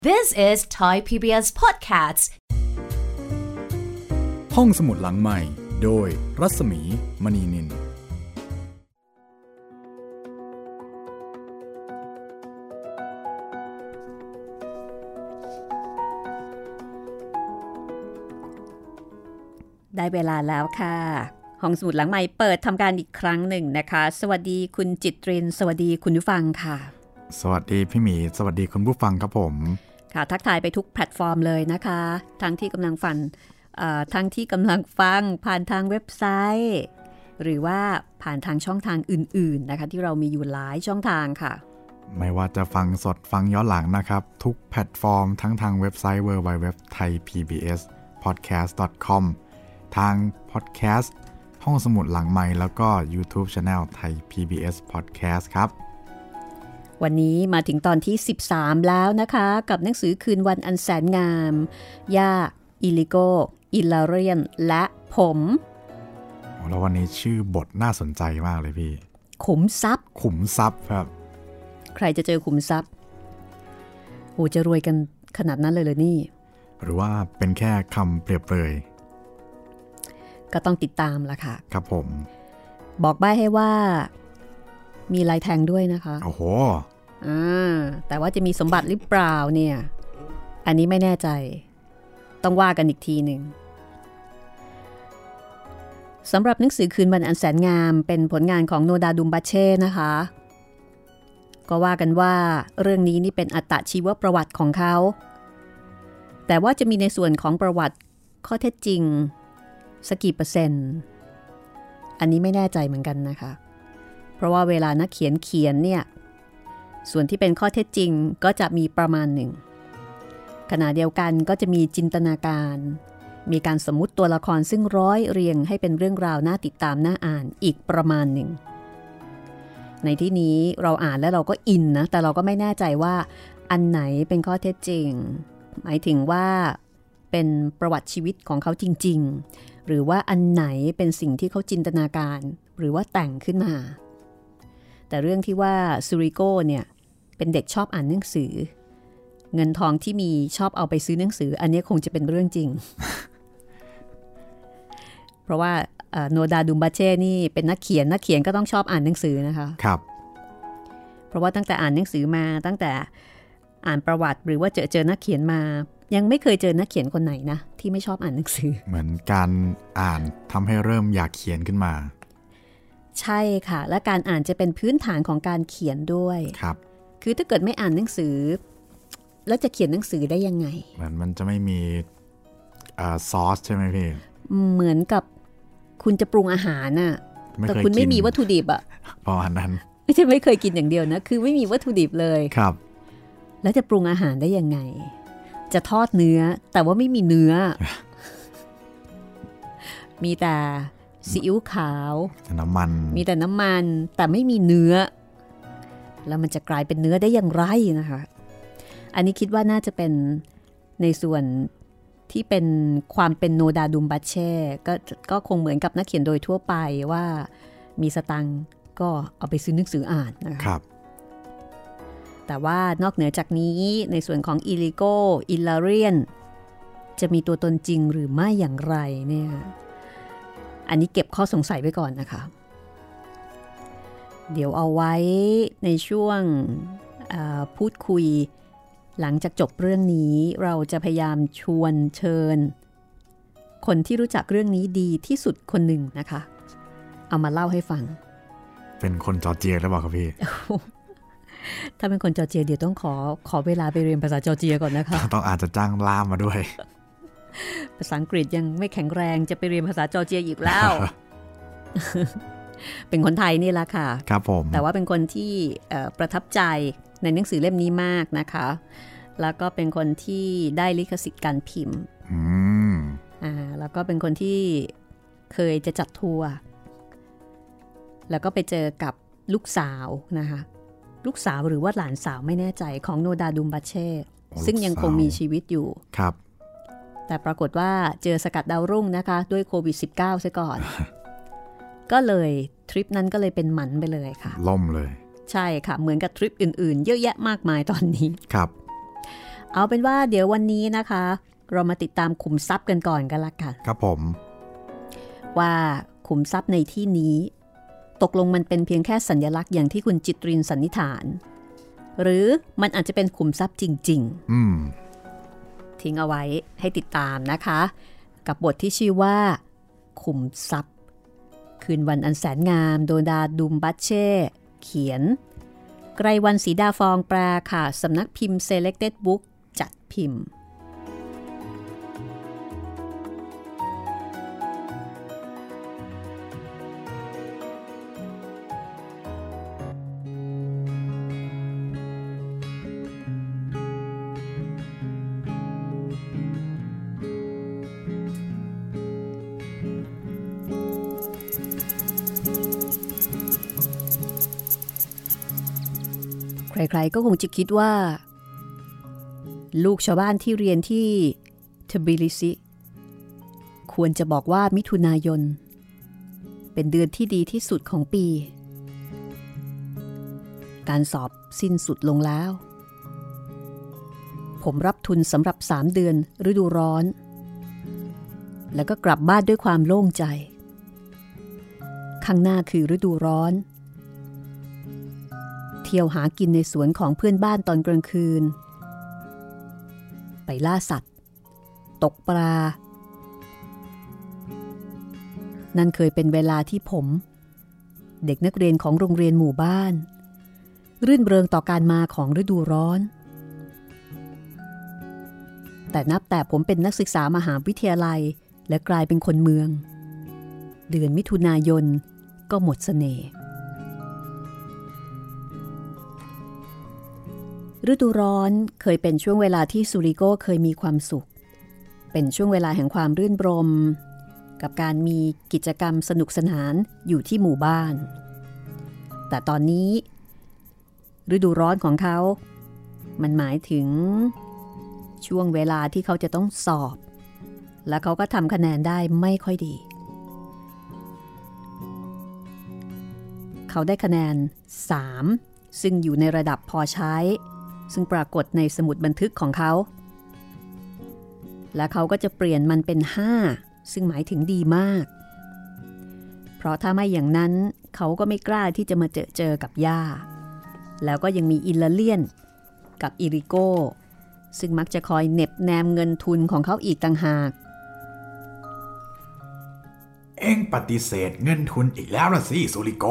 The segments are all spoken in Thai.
This is Thai PBS Podcast ห้องสมุดหลังใหม่โดยรัศมีมณีนินได้เวลาแล้วค่ะห้องสมุดหลังใหม่เปิดทำการอีกครั้งหนึ่งนะคะสวัสดีคุณจิตรินสวัสดีคุณผู้ฟังค่ะสวัสดีพี่หมีสวัสดีคุณผู้ฟังครับผมค่ะทักทายไปทุกแพลตฟอร์มเลยนะคะทั้งที่กำลังฟังผ่านทางเว็บไซต์หรือว่าผ่านทางช่องทางอื่นๆนะคะที่เรามีอยู่หลายช่องทางค่ะไม่ว่าจะฟังสดฟังย้อนหลังนะครับทุกแพลตฟอร์มทั้งทางเว็บไซต์ www.thaipbspodcast.com ทางพอดแคสต์ห้องสมุดหลังไมค์แล้วก็ YouTube Channel Thai PBS Podcast ครับวันนี้มาถึงตอนที่13แล้วนะคะกับหนังสือคืนวันอันแสนงามย่าอิลิโกอิลลาเรียนและผมแล้ววันนี้ชื่อบทน่าสนใจมากเลยพี่ขุมทรัพย์ครับใครจะเจอขุมทรัพย์โอ้จะรวยกันขนาดนั้นเลยเหรอนี่หรือว่าเป็นแค่คำเปรียบเปรยก็ต้องติดตามละค่ะครับผมบอกใบ้ให้ว่ามีลายแทงด้วยนะคะโอ้โหแต่ว่าจะมีสมบัติหรือเปล่าเนี่ยอันนี้ไม่แน่ใจต้องว่ากันอีกทีหนึ่งสำหรับหนังสือคืนวันอันแสนงามเป็นผลงานของโนดาดุมบัชเช่นะคะก็ว่ากันว่าเรื่องนี้นี่เป็นอัตชีวประวัติของเขาแต่ว่าจะมีในส่วนของประวัติข้อเท็จจริงสักกี่เปอร์เซ็นต์อันนี้ไม่แน่ใจเหมือนกันนะคะเพราะว่าเวลานักเขียนเนี่ยส่วนที่เป็นข้อเท็จจริงก็จะมีประมาณหนึ่งขณะเดียวกันก็จะมีจินตนาการมีการสมมุติตัวละครซึ่งร้อยเรียงให้เป็นเรื่องราวน่าติดตามน่าอ่านอีกประมาณหนึ่งในที่นี้เราอ่านแล้วเราก็อินนะแต่เราก็ไม่แน่ใจว่าอันไหนเป็นข้อเท็จจริงหมายถึงว่าเป็นประวัติชีวิตของเขาจริงๆหรือว่าอันไหนเป็นสิ่งที่เขาจินตนาการหรือว่าแต่งขึ้นมาแต่เรื่องที่ว่าซูริโก้เนี่ยเป็นเด็กชอบอ่านหนังสือเงินทองที่มีชอบเอาไปซื้อหนังสืออันนี้คงจะเป็นเรื่องจริง เพราะว่าโนดาดุมบัชเช่นี่เป็นนักเขียนก็ต้องชอบอ่านหนังสือนะคะครับเพราะว่าตั้งแต่อ่านหนังสือมาตั้งแต่อ่านประวัติหรือว่าเจอนักเขียนมายังไม่เคยเจอนักเขียนคนไหนนะที่ไม่ชอบอ่านหนังสือเหมือนการอ่านทำให้เริ่มอยากเขียนขึ้นมาใช่ค่ะและการอ่านจะเป็นพื้นฐานของการเขียนด้วยครับคือถ้าเกิดไม่อ่านหนังสือแล้วจะเขียนหนังสือได้ยังไงมันจะไม่มีซอสใช่ไหมพี่เหมือนกับคุณจะปรุงอาหารน่ะแต่คุณไม่มีวัตถุดิบอะประมาณนั้นไม่ใช่ไม่เคยกินอย่างเดียวนะคือไม่มีวัตถุดิบเลยครับแล้วจะปรุงอาหารได้ยังไงจะทอดเนื้อแต่ว่าไม่มีเนื้อ มีแต่ซีอิ๊วขาวน้ำมันมีแต่น้ำมันแต่ไม่มีเนื้อแล้วมันจะกลายเป็นเนื้อได้อย่างไรนะคะอันนี้คิดว่าน่าจะเป็นในส่วนที่เป็นความเป็นโนดาดุมบัชเช่ก็คงเหมือนกับนักเขียนโดยทั่วไปว่ามีสตังค์ก็เอาไปซื้อหนังสืออ่านนะคะครับแต่ว่านอกเหนือจากนี้ในส่วนของอิลิโกอิลลาเรียนจะมีตัวตนจริงหรือไม่อย่างไรเนี่ยอันนี้เก็บข้อสงสัยไว้ก่อนนะคะเดี๋ยวเอาไว้ในช่วงพูดคุยหลังจากจบเรื่องนี้เราจะพยายามชวนเชิญคนที่รู้จักเรื่องนี้ดีที่สุดคนหนึ่งนะคะเอามาเล่าให้ฟังเป็นคนจอร์เจียหรือเปล่าครับพี่ถ้าเป็นคนจอร์เจียเดี๋ยวต้องขอเวลาไปเรียนภาษาจอร์เจียก่อนนะคะต้องอาจจะจ้างล่ามมาด้วยภาษาอังกฤษยังไม่แข็งแรงจะไปเรียนภาษาจอร์เจียอีกแล้ว เป็นคนไทยนี่แหละค่ะครับผมแต่ว่าเป็นคนที่ประทับใจในหนังสือเล่มนี้มากนะคะแล้วก็เป็นคนที่ได้ลิขสิทธิ์การพิมพ์แล้วก็เป็นคนที่เคยจะจัดทัวร์แล้วก็ไปเจอกับลูกสาวนะคะลูกสาวหรือว่าหลานสาวไม่แน่ใจของโนดาดุมบัชเช่ซึ่งยังคงมีชีวิตอยู่ครับแต่ปรากฏว่าเจอสกัดดาวรุ่งนะคะด้วยโควิด -19 ซะก่อน ก็เลยทริปนั้นก็เลยเป็นหมันไปเลยค่ะล่มเลยใช่ค่ะเหมือนกับทริปอื่นๆเยอะแยะมากมายตอนนี้ครับเอาเป็นว่าเดี๋ยววันนี้นะคะเรามาติดตามขุมทรัพย์กันก่อนกันละกันครับผมว่าขุมทรัพย์ในที่นี้ตกลงมันเป็นเพียงแค่สัญลักษณ์อย่างที่คุณจิตรินสันนิษฐานหรือมันอาจจะเป็นขุมทรัพย์จริงๆทิ้งเอาไว้ให้ติดตามนะคะกับบทที่ชื่อว่าขุมทรัพย์คืนวันอันแสนงามโดยดาดุมบัชเช่เขียนไกรวรรณศรีดาฟองแปลค่ะสำนักพิมพ์ Selected Book จัดพิมพ์ใครๆก็คงจะคิดว่าลูกชาวบ้านที่เรียนที่ทบิลิซีควรจะบอกว่ามิถุนายนเป็นเดือนที่ดีที่สุดของปีการสอบสิ้นสุดลงแล้วผมรับทุนสำหรับ3 เดือนฤดูร้อนแล้วก็กลับบ้านด้วยความโล่งใจข้างหน้าคือฤดูร้อนเที่ยวหากินในสวนของเพื่อนบ้านตอนกลางคืนไปล่าสัตว์ตกปลานั่นเคยเป็นเวลาที่ผมเด็กนักเรียนของโรงเรียนหมู่บ้านรื่นเริงต่อการมาของฤดูร้อนแต่นับแต่ผมเป็นนักศึกษามหาวิทยาลัยและกลายเป็นคนเมืองเดือนมิถุนายนก็หมดเสน่ห์ฤดูร้อนเคยเป็นช่วงเวลาที่ซูริโก้เคยมีความสุขเป็นช่วงเวลาแห่งความรื่นรมกับการมีกิจกรรมสนุกสนานอยู่ที่หมู่บ้านแต่ตอนนี้ฤดูร้อนของเขามันหมายถึงช่วงเวลาที่เขาจะต้องสอบและเขาก็ทำคะแนนได้ไม่ค่อยดีเขาได้คะแนน3ซึ่งอยู่ในระดับพอใช้ซึ่งปรากฏในสมุดบันทึกของเขาและเขาก็จะเปลี่ยนมันเป็น5ซึ่งหมายถึงดีมากเพราะถ้าไม่อย่างนั้นเขาก็ไม่กล้าที่จะมาเจอกับย่าแล้วก็ยังมีอิลลาเลียนกับอิริโก้ซึ่งมักจะคอยเหน็บแนมเงินทุนของเขาอีกต่างหากเอ็งปฏิเสธเงินทุนอีกแล้วนะสิซูริโก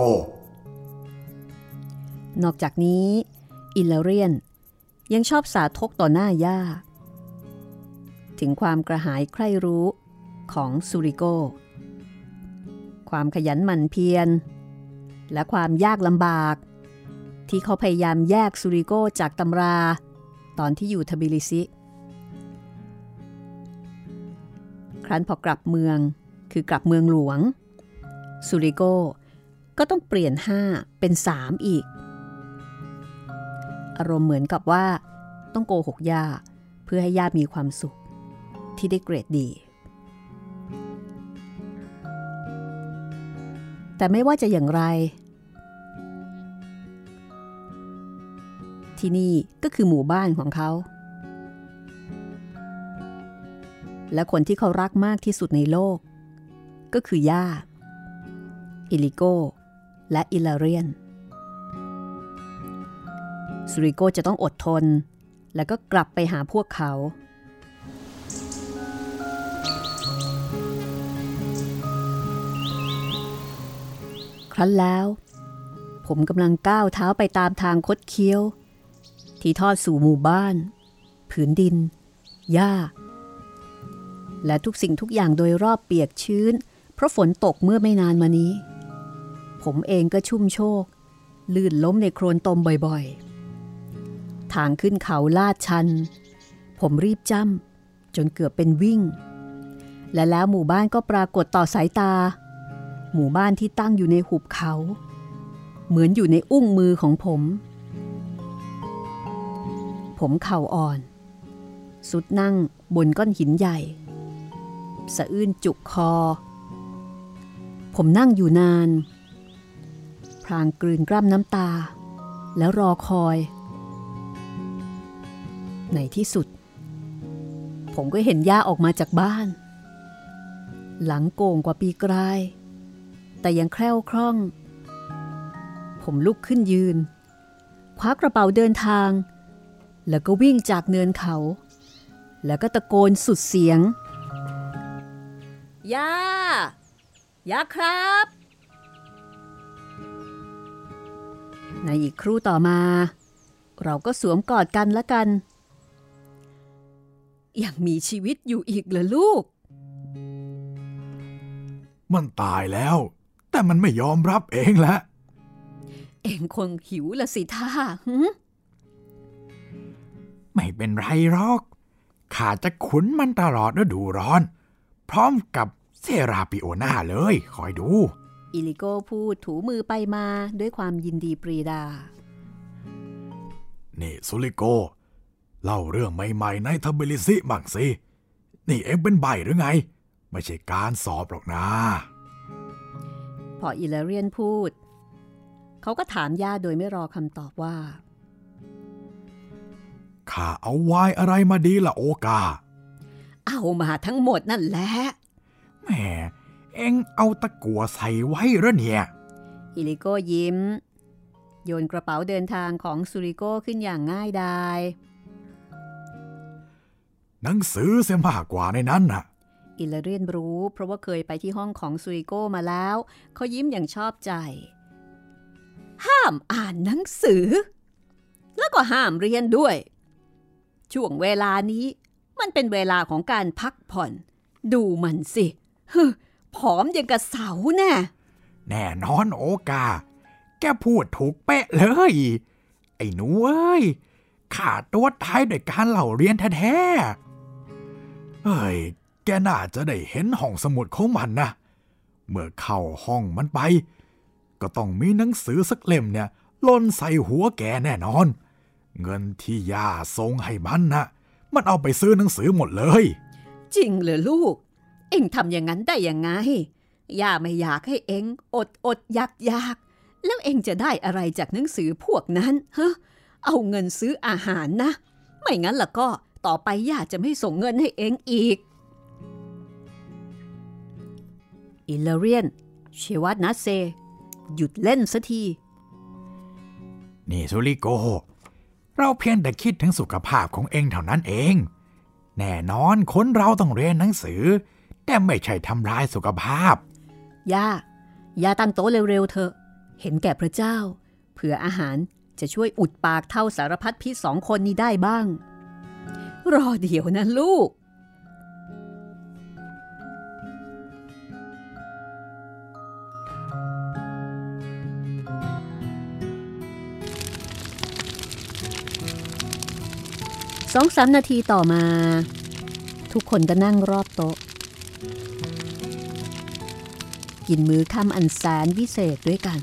นอกจากนี้อิลลาเลียนยังชอบสาทกต่อหน้าย่าถึงความกระหายใคร่รู้ของซูริโกความขยันหมั่นเพียรและความยากลำบากที่เขาพยายามแยกซูริโกจากตำราตอนที่อยู่ทบิลิซีครั้นพอกลับเมืองคือกลับเมืองหลวงซูริโกก็ต้องเปลี่ยน5เป็น3อีกอารมณ์เหมือนกับว่าต้องโกหกย่าเพื่อให้ย่ามีความสุขที่ได้เกรดดีแต่ไม่ว่าจะอย่างไรที่นี่ก็คือหมู่บ้านของเขาและคนที่เขารักมากที่สุดในโลกก็คือย่าอิลิโกและอิลาเรียนซูริโกจะต้องอดทนแล้วก็กลับไปหาพวกเขาครั้นแล้วผมกำลังก้าวเท้าไปตามทางคดเคี้ยวที่ทอดสู่หมู่บ้านผืนดินหญ้าและทุกสิ่งทุกอย่างโดยรอบเปียกชื้นเพราะฝนตกเมื่อไม่นานมานี้ผมเองก็ชุ่มโชกลื่นล้มในโคลนตมบ่อยๆทางขึ้นเขาลาดชันผมรีบจ้ำจนเกือบเป็นวิ่งและแล้วหมู่บ้านก็ปรากฏต่อสายตาหมู่บ้านที่ตั้งอยู่ในหุบเขาเหมือนอยู่ในอุ้งมือของผมเข่าอ่อนสุดนั่งบนก้อนหินใหญ่สะอื้นจุกคอผมนั่งอยู่นานพลางกลืนกล้ำน้ำตาแล้วรอคอยในที่สุดผมก็เห็นย่าออกมาจากบ้านหลังโก่งกว่าปีกลายแต่ยังแคล่วคล่องผมลุกขึ้นยืนคว้ากระเป๋าเดินทางแล้วก็วิ่งจากเนินเขาแล้วก็ตะโกนสุดเสียงย่าครับในอีกครู่ต่อมาเราก็สวมกอดกันละกันยังมีชีวิตอยู่อีกเหรอลูกมันตายแล้วแต่มันไม่ยอมรับเองแหละเองคงหิวละสิท่าไม่เป็นไรหรอกข้าจะขุนมันตลอดฤดูร้อนพร้อมกับเซราปิโอนาเลยคอยดูอิลิโกพูดถูมือไปมาด้วยความยินดีปรีดานี่ซูริโกเล่าเรื่องใหม่ๆในทับเบลิซิบ้างสินี่เอ็งเป็นใบหรือไงไม่ใช่การสอบหรอกนะพออิเลเรียนพูดเขาก็ถามย่าโดยไม่รอคำตอบว่าข้าเอาไวน์อะไรมาดีล่ะโอกาเอามาทั้งหมดนั่นแหละแหมเอ็งเอาตะกั่วใส่ไว้เหรอเนี่ยอิลิโกยิ้มโยนกระเป๋าเดินทางของซูริโกขึ้นอย่างง่ายดายหนังสือเสียมากกว่าในนั้นน่ะอิเลเรียนรู้เพราะว่าเคยไปที่ห้องของซูริโกมาแล้วเขายิ้มอย่างชอบใจห้ามอ่านหนังสือแล้วก็ห้ามเรียนด้วยช่วงเวลานี้มันเป็นเวลาของการพักผ่อนดูมันสิผอมอย่างกับเสาแน่นอนโอกาแกพูดถูกเป๊ะเลยไอ้หนูเอ้ยข้าตัวตายด้วยการเล่าเรียนแท้ๆเฮ้ยแกน่าจะได้เห็นห้องสมุดของมันนะเมื่อเข้าห้องมันไปก็ต้องมีหนังสือสักเล่มเนี่ยหล่นใส่หัวแกแน่นอนเงินที่ย่าส่งให้มันนะมันเอาไปซื้อหนังสือหมดเลยจริงเหรอลูกเอ็งทำอย่างนั้นได้ยังไงย่าไม่อยากให้เอ็งอดอยากแล้วเอ็งจะได้อะไรจากหนังสือพวกนั้นเอาเงินซื้ออาหารนะไม่งั้นล่ะก็ต่อไปย่าจะไม่ส่งเงินให้เอ็งอีกอิลเรียนเชวัตนัสเซหยุดเล่นสักทีนี่ซูริโกเราเพียงแต่คิดถึงสุขภาพของเองเท่านั้นเองแน่นอนคนเราต้องเรียนหนังสือแต่ไม่ใช่ทำร้ายสุขภาพย่าตั้งโต๊ะเร็วๆเถอะเห็นแก่พระเจ้าเผื่ออาหารจะช่วยอุดปากเท่าสารพัดพิษ2 คนนี้ได้บ้างรอเดี๋ยวนะลูก2-3 นาทีต่อมาทุกคนก็นั่งรอบโต๊ะกินมื้อค่ำอันแสนวิเศษด้วยกัน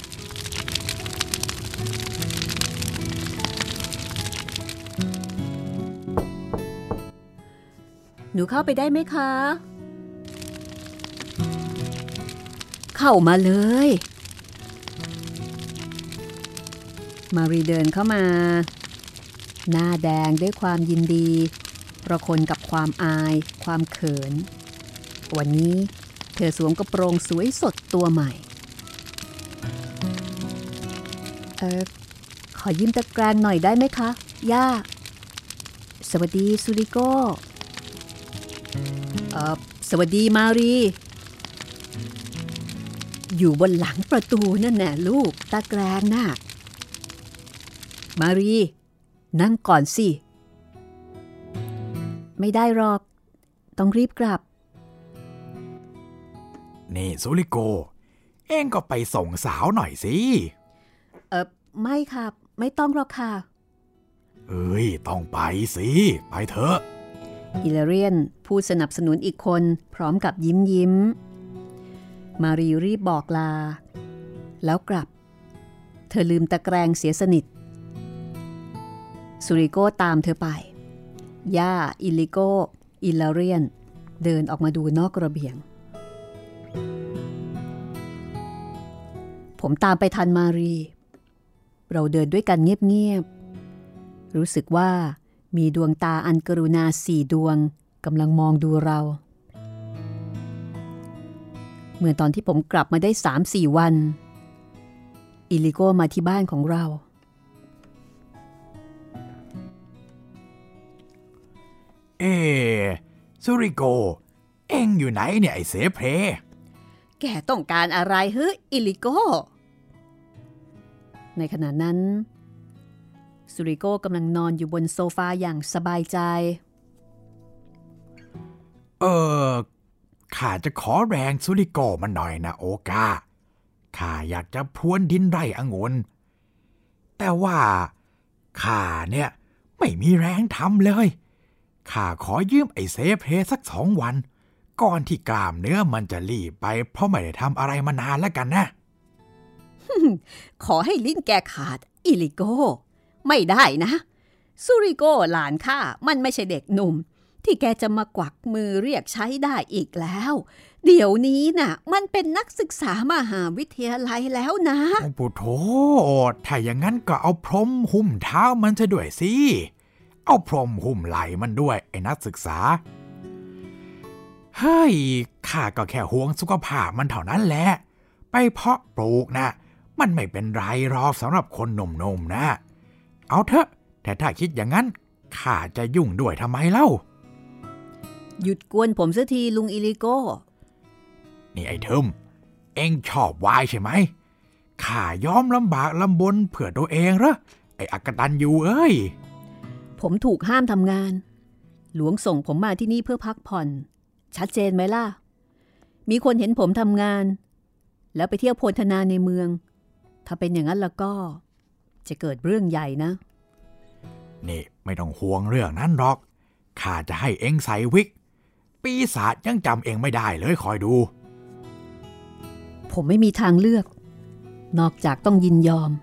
หนูเข้าไปได้ไหมคะเข้ามาเลยมารีเดินเข้ามาหน้าแดงด้วยความยินดีประคนกับความอายความเขินวันนี้เธอสวมกระโปรงสวยสดตัวใหม่ขอยืมตะแกรงหน่อยได้ไหมคะย่าสวัสดีซูริโกสวัสดีมารีอยู่บนหลังประตูนั่นแน่ลูกตะแกรงน่ะมารีนั่งก่อนสิไม่ได้หรอกต้องรีบกลับนี่ซูริโกเอ็งก็ไปส่งสาวหน่อยสิไม่ครับไม่ต้องหรอกค่ะต้องไปสิไปเถอะอิเลเรียนผู้สนับสนุนอีกคนพร้อมกับยิ้มมารีรีบบอกลาแล้วกลับเธอลืมตะแกรงเสียสนิทซูริโกตามเธอไปย่าอิลิโกอิเลเรียนเดินออกมาดูนอกระเบียงผมตามไปทันมารีเราเดินด้วยกันเงียบๆรู้สึกว่ามีดวงตาอันกรุณา4 ดวงกำลังมองดูเราเมื่อตอนที่ผมกลับมาได้ 3-4 วันอิลิโกมาที่บ้านของเราซูริโกเอ็งอยู่ไหนเนี่ยไอ้เสเพลแกต้องการอะไรเฮ้ยอิลิโกในขณะนั้นซูริโกกำลังนอนอยู่บนโซฟาอย่างสบายใจข้าจะขอแรงซูริโกมันหน่อยนะโอกาข้าอยากจะพรวนดินไร่องุ่นแต่ว่าข้าเนี่ยไม่มีแรงทำเลยข้าขอยืมไอ้เซเพลสัก2 วันก่อนที่กล้ามเนื้อมันจะรีบไปเพราะไม่ได้ทำอะไรมานานแล้วกันนะขอให้ลิ้นแกขาดอิลิโกไม่ได้นะซูริโกหลานข้ามันไม่ใช่เด็กหนุ่มที่แกจะมากวักมือเรียกใช้ได้อีกแล้วเดี๋ยวนี้น่ะมันเป็นนักศึกษามหาวิทยาลัยแล้วนะโอ้โธ่ถ้าอย่างนั้นก็เอาพรมหุ้มเท้ามันจะด้วยสิเอาพรมหุ้มไหล่มันด้วยไอ้นักศึกษาเฮ้ยข้าก็แค่ห่วงสุขภาพมันเท่านั้นแหละไปเพาะปลูกนะมันไม่เป็นไรหรอกสำหรับคนหนุ่มๆนะเอาเถอะแต่ถ้าคิดอย่างนั้นข้าจะยุ่งด้วยทำไมเล่าหยุดกวนผมสักทีลุงอิลิโกนี่ไอ้ทึมเอ็งชอบวายใช่ไหมข้ายอมลำบากลำบนเพื่อตัวเองเหรอไอ้อกตัญญูเอ้ยผมถูกห้ามทำงานหลวงส่งผมมาที่นี่เพื่อพักผ่อนชัดเจนไหมล่ะมีคนเห็นผมทำงานแล้วไปเที่ยวโพธนาในเมืองถ้าเป็นอย่างนั้นแล้วก็จะเกิดเรื่องใหญ่นะนี่ไม่ต้องห่วงเรื่องนั้นหรอกข้าจะให้เอ็งใส่วิกปีศาจยังจำเอ็งไม่ได้เลยคอยดูผมไม่มีทางเลือกนอกจากต้องยินยอม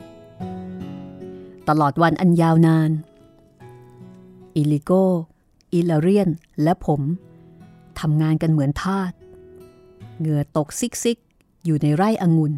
ตลอดวันอันยาวนานอิลิโกอิลาเรียนและผมทำงานกันเหมือนทาสเหงื่อตกซิกๆอยู่ในไร่องุ่น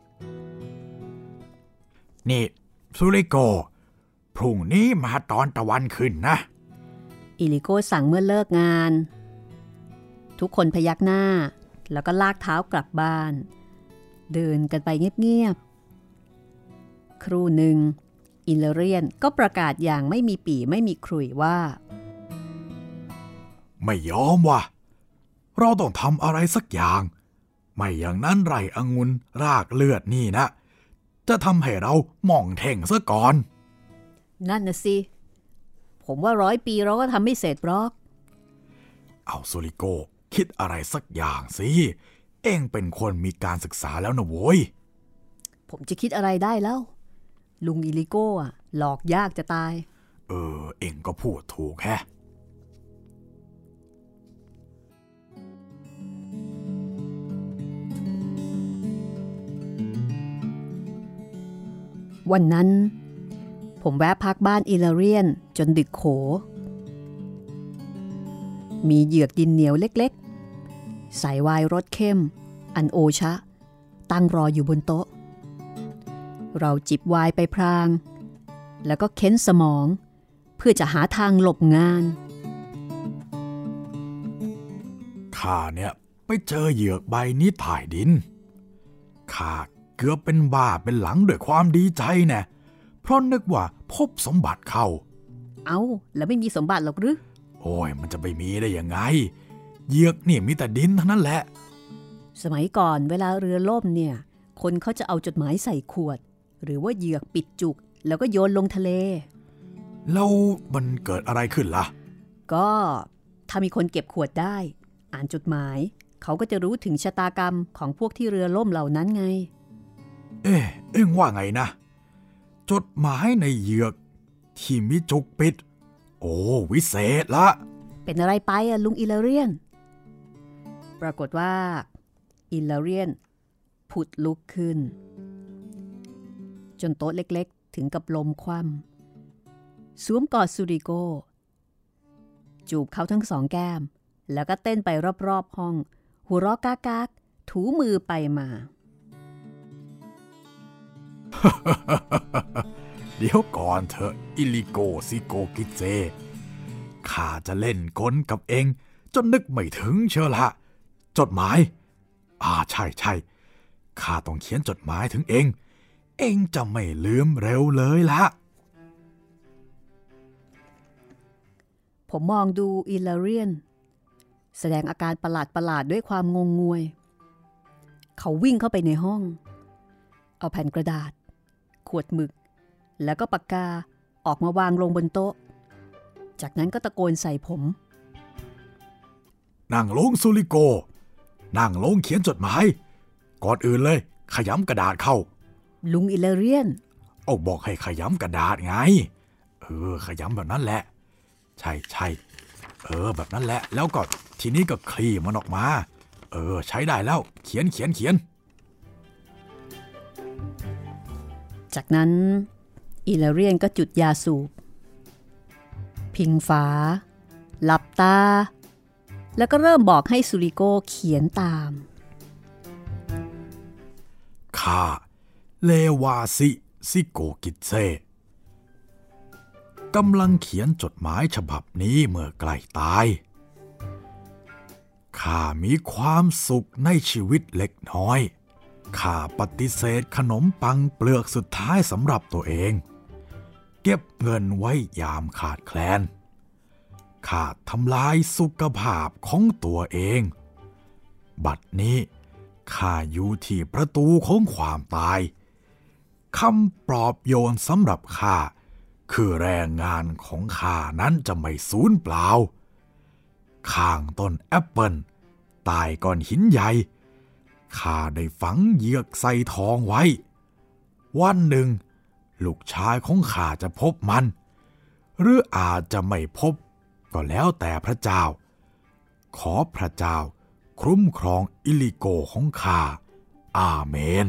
นี่ซูริโกพรุ่งนี้มาตอนตะวันขึ้นนะอิลิโกสั่งเมื่อเลิกงานทุกคนพยักหน้าแล้วก็ลากเท้ากลับบ้านเดินกันไปเงียบๆครู่หนึ่งอิลาเรียนก็ประกาศอย่างไม่มีปี่ไม่มีขลุ่ยว่าไม่ยอมว่ะเราต้องทำอะไรสักอย่างไม่อย่างนั้นไร่องุ่นรากเลือดนี่นะจะทำให้เราหม่องเท่งซะก่อนนั่นน่ะสิผมว่า100 ปีเราก็ทำไม่เสร็จหรอกเอาซูริโกคิดอะไรสักอย่างสิเอ็งเป็นคนมีการศึกษาแล้วนะโว้ยผมจะคิดอะไรได้แล้วลุงอิลิโกอ่ะหลอกยากจะตายเอ็งก็พูดถูกแฮะวันนั้นผมแวะพักบ้านอิลาเรียนจนดึกโขมีเหยือกดินเหนียวเล็กๆใส่ไวน์รสเข้มอันโอชะตั้งรออยู่บนโต๊ะเราจิบไวน์ไปพรางแล้วก็เค้นสมองเพื่อจะหาทางหลบงานข้าเนี่ยไปเจอเหยือกใบนี้ถ่ายดินข้าเกือบเป็นบ้าเป็นหลังด้วยความดีใจแน่เพราะนึกว่าพบสมบัติเข้าแล้วไม่มีสมบัติหรอกหรือโอ้ยมันจะไปมีได้ยังไงเหยือกนี่มีแต่ดินเท่านั้นแหละสมัยก่อนเวลาเรือล่มเนี่ยคนเขาจะเอาจดหมายใส่ขวดหรือว่าเหยือกปิดจุกแล้วก็โยนลงทะเลแล้วมันเกิดอะไรขึ้นล่ะก็ถ้ามีคนเก็บขวดได้อ่านจดหมายเขาก็จะรู้ถึงชะตากรรมของพวกที่เรือล่มเหล่านั้นไงเอ็งว่าไงนะจดหมายในเหยือกที่มีจุกปิดโอ้วิเศษละเป็นอะไรไปอะลุงอิลาเรียนปรากฏว่าอิลาเรียนผุดลุกขึ้นจนโต๊ะเล็กๆถึงกับล้มคว่ำสวมกอดซูริโกจูบเขาทั้ง2 แก้มแล้วก็เต้นไปรอบๆห้องหัวเราะกากๆถูมือไปมาดเดี๋ยวก่อนเถอะอิลิโกซิโกกิเจข้าจะเล่นกลกับเองจนนึกไม่ถึงเชียวละจดหมายใช่ข้าต้องเขียนจดหมายถึงเองจะไม่ลืมเร็วเลยละผมมองดูอิลาเรียนแสดงอาการประหลาดด้วยความงงงวยเขาวิ่งเข้าไปในห้องเอาแผ่นกระดาษขวดหมึกแล้วก็ปากกาออกมาวางลงบนโต๊ะจากนั้นก็ตะโกนใส่ผมนั่งลงซูริโกนั่งลงเขียนจดหมายก่อนอื่นเลยขยำกระดาษเข้าลุงอิลาเรียนบอกให้ขยำกระดาษไงขยำแบบนั้นแหละใช่แบบนั้นแหละแล้วก็ทีนี้ก็คลี่มันออกมาใช้ได้แล้วเขียนจากนั้นอิลาเรียนก็จุดยาสูบพิงฝาหลับตาแล้วก็เริ่มบอกให้ซูริโกเขียนตามข้าเลวาซิโกกิเซกำลังเขียนจดหมายฉบับนี้เมื่อใกล้ตายข้ามีความสุขในชีวิตเล็กน้อยข้าปฏิเสธขนมปังเปลือกสุดท้ายสำหรับตัวเองเก็บเงินไว้ยามขาดแคลนข้าทำลายสุขภาพของตัวเองบัดนี้ข้าอยู่ที่ประตูของความตายคำปลอบโยนสำหรับข้าคือแรงงานของข้านั้นจะไม่สูญเปล่าข้างต้นแอปเปิลใต้ก้อนหินใหญ่ข้าได้ฝังเหยือกใส่ทองไว้วันหนึ่งลูกชายของข้าจะพบมันหรืออาจจะไม่พบก็แล้วแต่พระเจ้าขอพระเจ้าคุ้มครองอิลิโกของข้าอาเมน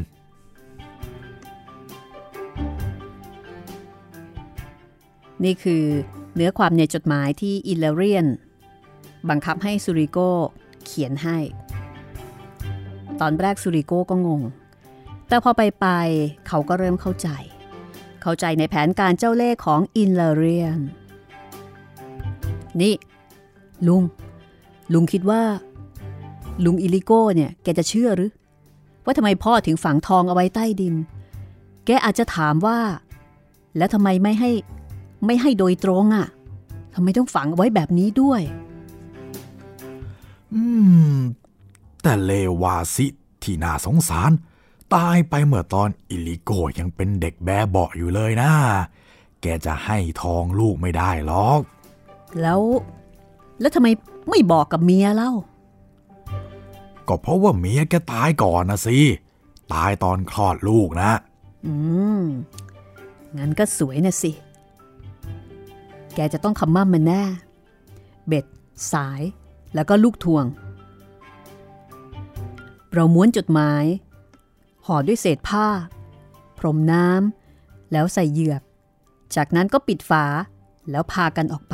นี่คือเนื้อความในจดหมายที่อิลาเรียนบังคับให้ซูริโกเขียนให้ตอนแรกซูริโกก็งงแต่พอไปเขาก็เริ่มเข้าใจในแผนการเจ้าเล่ห์ของอิลาเรียนนี่ลุงคิดว่าลุงอิลิโกเนี่ยแกจะเชื่อหรือว่าทำไมพ่อถึงฝังทองเอาไว้ใต้ดินแกอาจจะถามว่าแล้วทำไมไม่ให้โดยตรงอ่ะทำไมต้องฝังเอาไว้แบบนี้ด้วยแต่เลวาซิที่น่าสงสารตายไปเมื่อตอนอิลิโกยังเป็นเด็กแบเบาะอยู่เลยนะแกจะให้ทองลูกไม่ได้หรอกแล้วทำไมไม่บอกกับเมียเล่าก็เพราะว่าเมียแกตายก่อนนะสิตายตอนคลอดลูกนะงั้นก็สวยนะสิแกจะต้องคำมั่นมันแน่เบ็ดสายแล้วก็ลูกทวงเราม้วนจดหมายห่อด้วยเศษผ้าพรมน้ำแล้วใส่เหยือกจากนั้นก็ปิดฝาแล้วพากันออกไป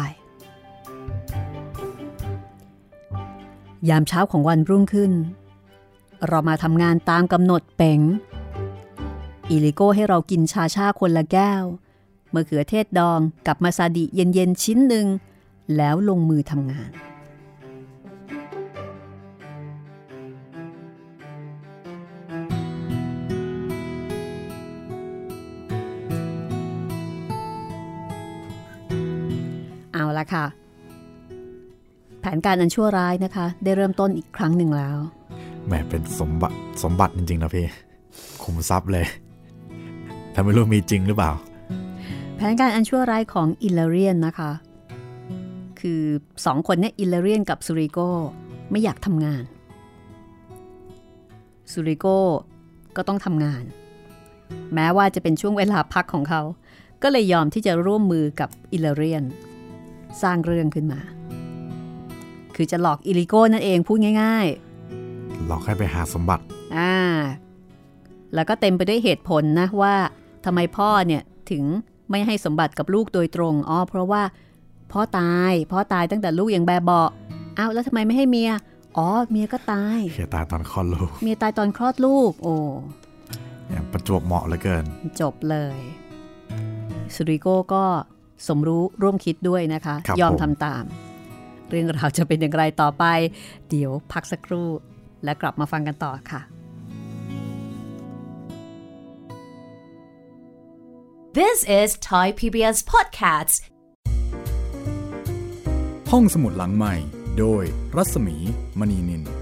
ยามเช้าของวันรุ่งขึ้นเรามาทำงานตามกำหนดเป๋งอิลิโก้ให้เรากินชาคนละแก้วมะเขือเทศดองกับมาซาดิเย็นๆชิ้นหนึ่งแล้วลงมือทำงานเอาละค่ะแผนการอันชั่วร้ายนะคะได้เริ่มต้นอีกครั้งหนึ่งแล้วแหมเป็นสมบัติจริงๆนะพี่คุมทรัพย์เลยถ้าไม่รู้มีจริงหรือเปล่าแผนการอันชั่วร้ายของอิลาเรียนนะคะคือสองคนเนี่ยอิลาเรียนกับซูริโกไม่อยากทำงานซูริโกก็ต้องทำงานแม้ว่าจะเป็นช่วงเวลาพักของเขาก็เลยยอมที่จะร่วมมือกับอิลาเรียนสร้างเรื่องขึ้นมาคือจะหลอกอิลิโก้นั่นเองพูดง่ายๆหลอกให้ไปหาสมบัติแล้วก็เต็มไปด้วยเหตุผลนะว่าทำไมพ่อเนี่ยถึงไม่ให้สมบัติกับลูกโดยตรงเพราะว่าพ่อตายตั้งแต่ลูกยังแบเบาะแล้วทำไมไม่ให้เมียเมียก็ตายเมียตายตอนคลอดลูกเมียตายตอนคลอดลูกประจวบเหมาะเหลือเกินจบเลยซูริโก้ก็สมรู้ร่วมคิดด้วยนะคะยอมทำตามเรื่องราวจะเป็นอย่างไรต่อไปเดี๋ยวพักสักครู่และกลับมาฟังกันต่อค่ะ This is Thai PBS Podcasts ห้องสมุดหลังใหม่โดยรัศมีมณีนิน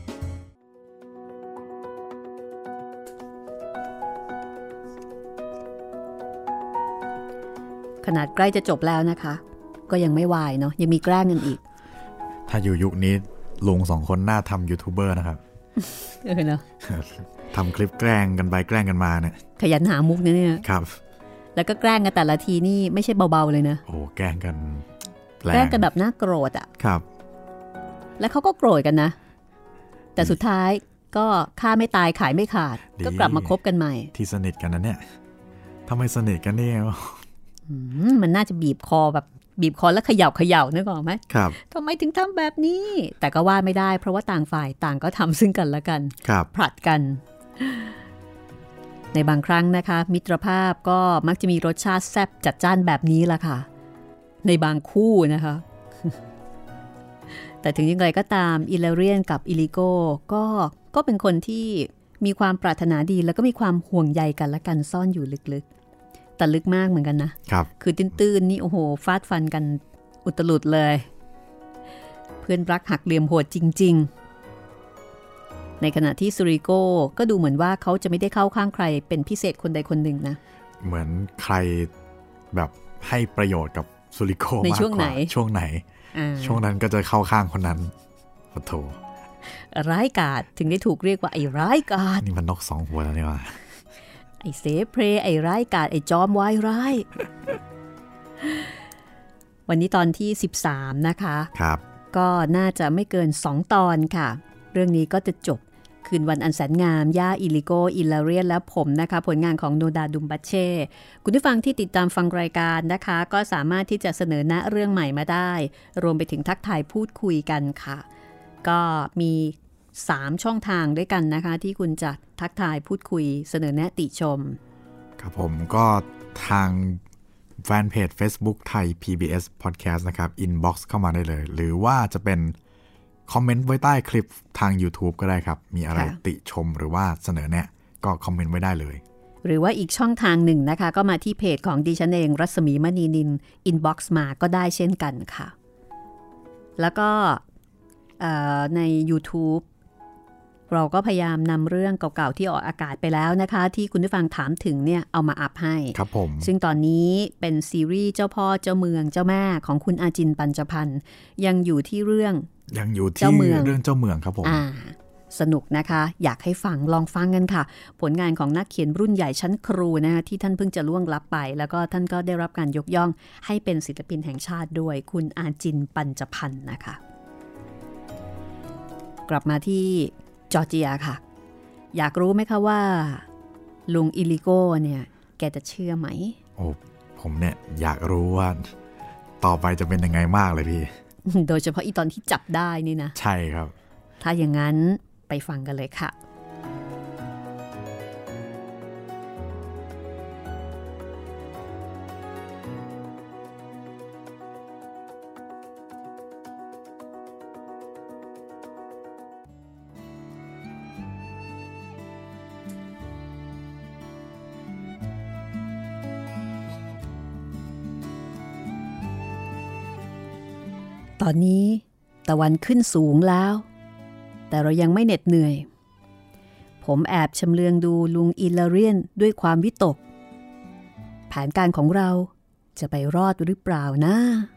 ขนาดใกล้จะจบแล้วนะคะก็ยังไม่วายเนาะยังมีแกล้งกันอีกถ้าอยู่ยุคนี้ลุง2คนน่าทำยูทูบเบอร์นะครับเนาะทำคลิปแกล้งกันไปแกล้งกันมาเนี่ยขยันหามุกเนี่ยครับแล้วก็แกล้งกันแต่ละทีนี่ไม่ใช่เบาๆเลยนะโอ้แกล้งกันแบบน่าโกรธอ่ะครับแล้วเขาก็โกรธกันนะแต่สุดท้ายก็ฆ่าไม่ตายขายไม่ขาดก็กลับมาคบกันใหม่ที่สนิทกันนะเนี่ยทำไมสนิทกันเนี่ยมันน่าจะบีบคอแล้วเขย่านึกออกไหมครับทำไมถึงทำแบบนี้แต่ก็ว่าไม่ได้เพราะว่าต่างฝ่ายต่างก็ทำซึ่งกันและกันผลัดกันในบางครั้งนะคะมิตรภาพก็มักจะมีรสชาติแซ่บจัดจ้านแบบนี้ล่ะค่ะในบางคู่นะคะแต่ถึงยังไงก็ตามอิลาเรียนกับอิลิโก้ก็เป็นคนที่มีความปรารถนาดีแล้วก็มีความห่วงใยกันและกันซ่อนอยู่ลึกๆแต่ลึกมากเหมือนกันนะครับคือตื้นๆนี่โอ้โหฟาดฟันกันอุตลุดเลยเพื่อนรักหักเหลี่ยมโหดจริงๆในขณะที่ซูริโก้ก็ดูเหมือนว่าเขาจะไม่ได้เข้าข้างใครเป็นพิเศษคนใดคนหนึ่งนะเหมือนใครแบบให้ประโยชน์กับซูริโก้ในช่วงไหนช่วงนั้นก็จะเข้าข้างคนนั้นโอ้โธ่ร้ายกาจถึงได้ถูกเรียกว่าไอ้ร้ายกาจนี่มันนก2หัวแล้วนี่ว่าไอ้เสเพลไอ้ร้ายกาจไอ้จอมวายร้ายวันนี้ตอนที่13นะคะครับก็น่าจะไม่เกิน2ตอนค่ะเรื่องนี้ก็จะจบคืนวันอันแสนงามย่าอิลิโกอิลาเรียนและผมนะคะผลงานของโนดาดุมบัชเช่คุณผู้ฟังที่ติดตามฟังรายการนะคะก็สามารถที่จะเสนอแนะเรื่องใหม่มาได้รวมไปถึงทักทายพูดคุยกันค่ะก็มี3ช่องทางด้วยกันนะคะที่คุณจะทักทายพูดคุยเสนอแนะติชมครับผมก็ทางแฟนเพจ Facebook ไทย PBS Podcast นะครับอินบ็อกซ์เข้ามาได้เลยหรือว่าจะเป็นคอมเมนต์ไว้ใต้คลิปทาง YouTube ก็ได้ครับมีอะไรติชมหรือว่าเสนอแนะก็คอมเมนต์ไว้ได้เลยหรือว่าอีกช่องทางหนึ่งนะคะก็มาที่เพจของดิฉันเองรัศมีมณีนินอินบ็อกซ์มาก็ได้เช่นกันค่ะแล้วก็ใน YouTube เราก็พยายามนำเรื่องเก่าๆที่ออกอากาศไปแล้วนะคะที่คุณผู้ฟังถามถึงเนี่ยเอามาอัพให้ครับผมซึ่งตอนนี้เป็นซีรีส์เจ้าพ่อเจ้าเมืองเจ้าแม่ของคุณอาจินปัญจพันธ์ยังอยู่ที่เรื่องเจ้าเมืองครับผมสนุกนะคะอยากให้ฟังลองฟังกันค่ะผลงานของนักเขียนรุ่นใหญ่ชั้นครูนะคะที่ท่านเพิ่งจะล่วงลับไปแล้วก็ท่านก็ได้รับการยกย่องให้เป็นศิลปินแห่งชาติด้วยคุณอาจินปัญจพันธ์นะคะกลับมาที่จอร์เจียค่ะอยากรู้ไหมคะว่าลุงอิลิโก้เนี่ยแกจะเชื่อไหมโอ้ผมเนี่ยอยากรู้ว่าต่อไปจะเป็นยังไงมากเลยพี่โดยเฉพาะอีตอนที่จับได้นี่นะใช่ครับถ้าอย่างนั้นไปฟังกันเลยค่ะตอนนี้ตะวันขึ้นสูงแล้วแต่เรายังไม่เหน็ดเหนื่อยผมแอบชำเลืองดูลุงอิลาเรียนด้วยความวิตกแผนการของเราจะไปรอดหรือเปล่านะ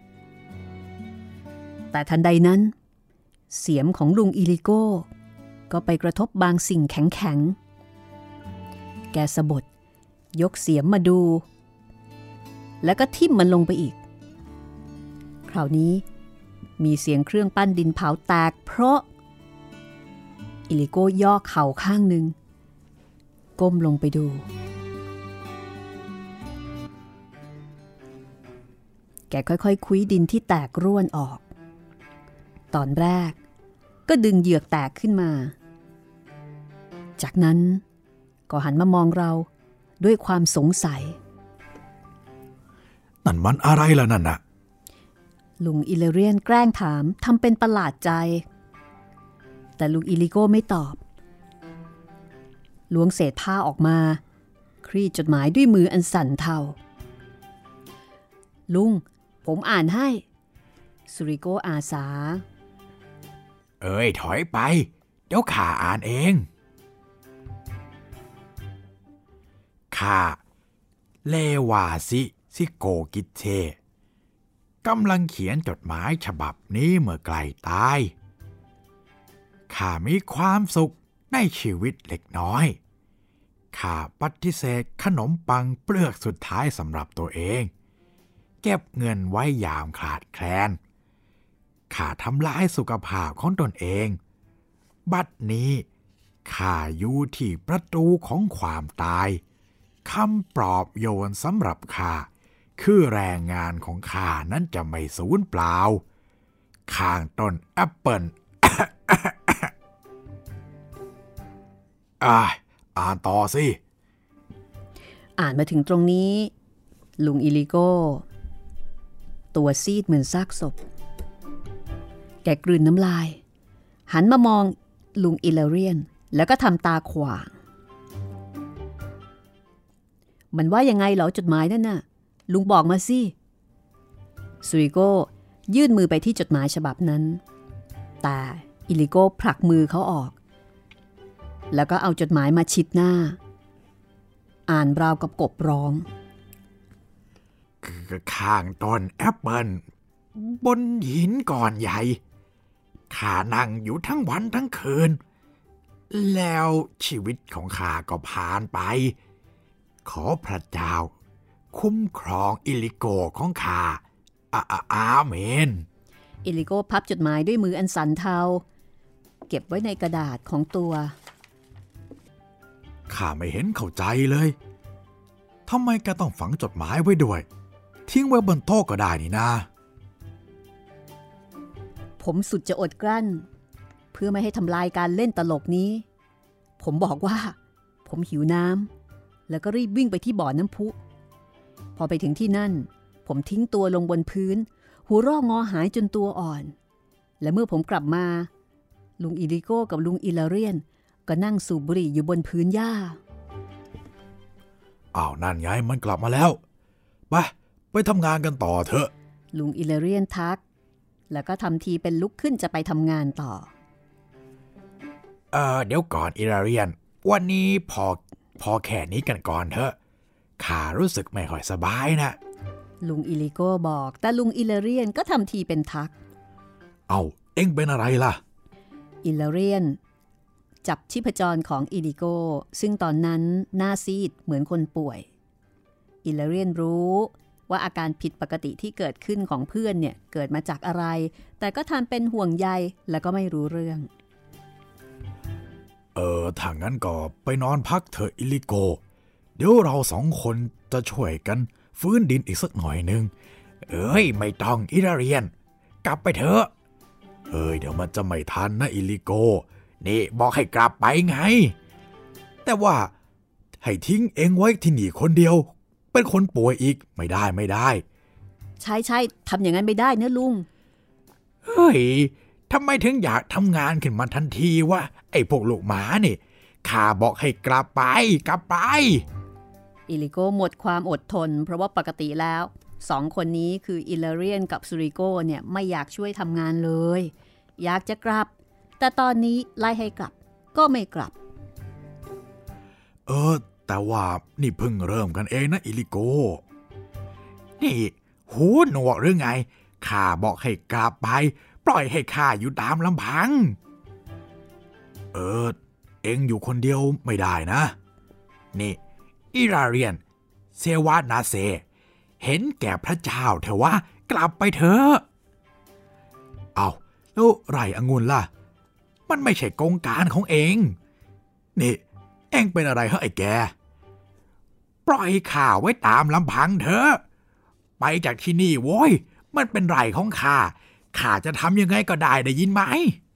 แต่ทันใดนั้นเสียมของลุงอิลิโก้ก็ไปกระทบบางสิ่งแข็งๆแกสะบัดยกเสียมมาดูแล้วก็ทิ่มมันลงไปอีกคราวนี้มีเสียงเครื่องปั้นดินเผาแตกเพราะอิลิโก้ย่อเข่าข้างหนึ่งก้มลงไปดูแกค่อยๆ คุ้ยดินที่แตกร่วนออกตอนแรกก็ดึงเหยือกแตกขึ้นมาจากนั้นก็หันมามองเราด้วยความสงสัยนั่นมันอะไรล่ะนั่นน่ะลุงอิเลเรียนแกล้งถามทำเป็นประหลาดใจแต่ลุงอิลิโก้ไม่ตอบล้วงเศษผ้าออกมาคลี่จดหมายด้วยมืออันสั่นเทาลุงผมอ่านให้ซูริโกอาสาถอยไปเดี๋ยวข้าอ่านเองข้าเลวาซิโกกิเชกำลังเขียนจดหมายฉบับนี้เมื่อใกล้ตายข้ามีความสุขในชีวิตเล็กน้อยข้าปฏิเสธขนมปังเปลือกสุดท้ายสำหรับตัวเองเก็บเงินไว้ยามขาดแคลนข้าทำลายสุขภาพของตนเองบัดนี้ข้าอยู่ที่ประตูของความตายคำปลอบโยนสำหรับข้าคือแรงงานของข้านั้นจะไม่สูญเปล่าข้างต้นแอปเปิล อ่านต่อสิอ่านมาถึงตรงนี้ลุงอิลิโก้ตัวซีดเหมือนซากศพแกกลืนน้ำลายหันมามองลุงอิเลเรียนแล้วก็ทำตาขวางมันว่ายังไงเหรอจดหมายนั่นน่ะลุงบอกมาสิซูริโก้ยื่นมือไปที่จดหมายฉบับนั้นแต่อิลิโก้ผลักมือเขาออกแล้วก็เอาจดหมายมาชิดหน้าอ่านราวกับกบร้องข้างต้นแอปเปิลบนหินก้อนใหญ่ข้านั่งอยู่ทั้งวันทั้งคืนแล้วชีวิตของข้าก็ผ่านไปขอพระเจ้าคุ้มครองอิลิโกของข้าอาเมนอิลิโกพับจดหมายด้วยมืออันสั่นเทาเก็บไว้ในกระดาษของตัวข้าไม่เห็นเข้าใจเลยทำไมแกต้องฝังจดหมายไว้ด้วยทิ้งไว้บนโต๊ะก็ได้นี่นะผมสุดจะอดกลั้นเพื่อไม่ให้ทำลายการเล่นตลกนี้ผมบอกว่าผมหิวน้ำแล้วก็รีบวิ่งไปที่บ่อน้ำพุพอไปถึงที่นั่นผมทิ้งตัวลงบนพื้นหัวร่องอหายจนตัวอ่อนและเมื่อผมกลับมาลุงอิลิโก้กับลุงอิลาเรียนก็นั่งสูบบุหรี่อยู่บนพื้นหญ้านั่นไงมันกลับมาแล้วไปทำงานกันต่อเถอะลุงอิลาเรียนทักแล้วก็ทำทีเป็นลุกขึ้นจะไปทำงานต่อเดี๋ยวก่อนอิลาเรียนวันนี้พอแค่นี้กันก่อนเถอะข้ารู้สึกไม่ค่อยสบายนะลุงอิลิโก้บอกแต่ลุงอิลาเรียนก็ทำทีเป็นทักเอ็งเป็นอะไรล่ะอิลาเรียนจับชีพจรของอิลิโก้ซึ่งตอนนั้นหน้าซีดเหมือนคนป่วยอิลาเรียนรู้ว่าอาการผิดปกติที่เกิดขึ้นของเพื่อนเนี่ยเกิดมาจากอะไรแต่ก็ทำเป็นห่วงใยแล้วก็ไม่รู้เรื่องถ้างั้นก็ไปนอนพักเถอะอิลิโกเดี๋ยวเราสองคนจะช่วยกันฟื้นดินอีกสักหน่อยนึงไม่ต้องอิลาเรียนกลับไปเถอะเดี๋ยวมันจะไม่ทันนะอิลิโกนี่บอกให้กลับไปไงแต่ว่าให้ทิ้งเองไว้ที่นี่คนเดียวเป็นคนป่วยอีกไม่ได้ใช่ทำอย่างนั้นไม่ได้นะลุงทำไมถึงอยากทำงานขึ้นมาทันทีวะไอ้พวกลูกหมานี่ข้าบอกให้กลับไปอิลิโก้หมดความอดทนเพราะว่าปกติแล้วสองคนนี้คืออิลาเรียนกับซูริโก้เนี่ยไม่อยากช่วยทำงานเลยอยากจะกลับแต่ตอนนี้ไล่ให้กลับก็ไม่กลับแต่ว่านี่เพิ่งเริ่มกันเองนะอิลิโก้นี่หูหนวกหรือไงข้าบอกให้กลับไปปล่อยให้ข้าอยู่ตามลำพังเอ็งอยู่คนเดียวไม่ได้นะนี่อิราเรียนเซวานาเซเห็นแก่พระเจ้าเถอะวะกลับไปเถอะแล้วไรองุ่นล่ะมันไม่ใช่กงการของเองนี่เอ็งเป็นอะไรเหรอไอ้แกปล่อยข้าไว้ตามลำพังเถอะไปจากที่นี่โว้ยมันเป็นไรของข้าจะทำยังไงก็ได้ยินไหม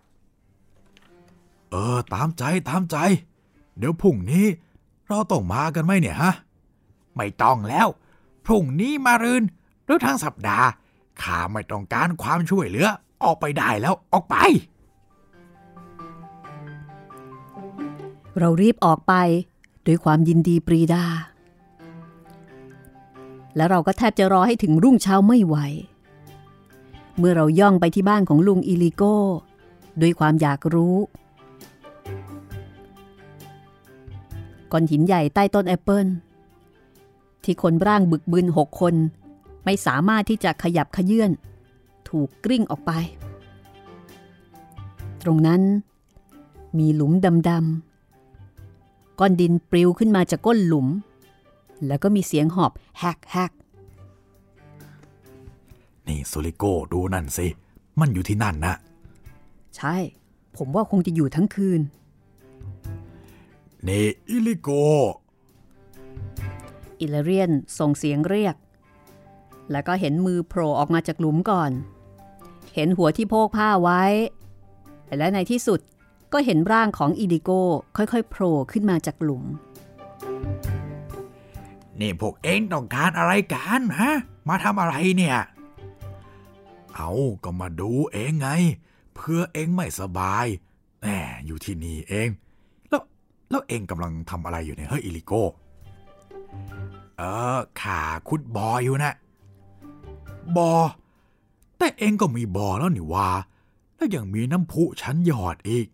ตามใจเดี๋ยวพรุ่งนี้เราต้องมากันไหมเนี่ยฮะไม่ต้องแล้วพรุ่งนี้มะรืนหรือทั้งสัปดาห์ข้าไม่ต้องการความช่วยเหลือออกไปได้แล้วออกไปเรารีบออกไปด้วยความยินดีปรีดาและเราก็แทบจะรอให้ถึงรุ่งเช้าไม่ไหวเมื่อเราย่องไปที่บ้านของลุงอิลิโก้ด้วยความอยากรู้ก้อนหินใหญ่ใต้ต้นแอปเปิลที่คนร่างบึกบึน6 คนไม่สามารถที่จะขยับเขยื้อนถูกกลิ้งออกไปตรงนั้นมีหลุมดำๆก้อนดินปลิวขึ้นมาจากก้นหลุมแล้วก็มีเสียงหอบแฮกแฮกนี่ซูริโก้ดูนั่นสิมันอยู่ที่นั่นนะใช่ผมว่าคงจะอยู่ทั้งคืนนี่อิลิโกอิลาเรียนส่งเสียงเรียกแล้วก็เห็นมือโผล่ออกมาจากหลุมก่อนเห็นหัวที่โพกผ้าไว้และในที่สุดก็เห็นร่างของอิลิโกค่อยๆโผล่ขึ้นมาจากหลุมนี่พวกเอ็งต้องการอะไรกันฮะมาทำอะไรเนี่ยเอาก็มาดูเองไงเพื่อเองไม่สบายแหมอยู่ที่นี่เองแล้วเองกำลังทำอะไรอยู่เนี่ยเฮ้ยอิลิโกข้าขุดบ่ออยู่นะบ่อแต่เองก็มีบ่อแล้วนี่ว่าแล้วยังมีน้ำพุชั้นยอดอีก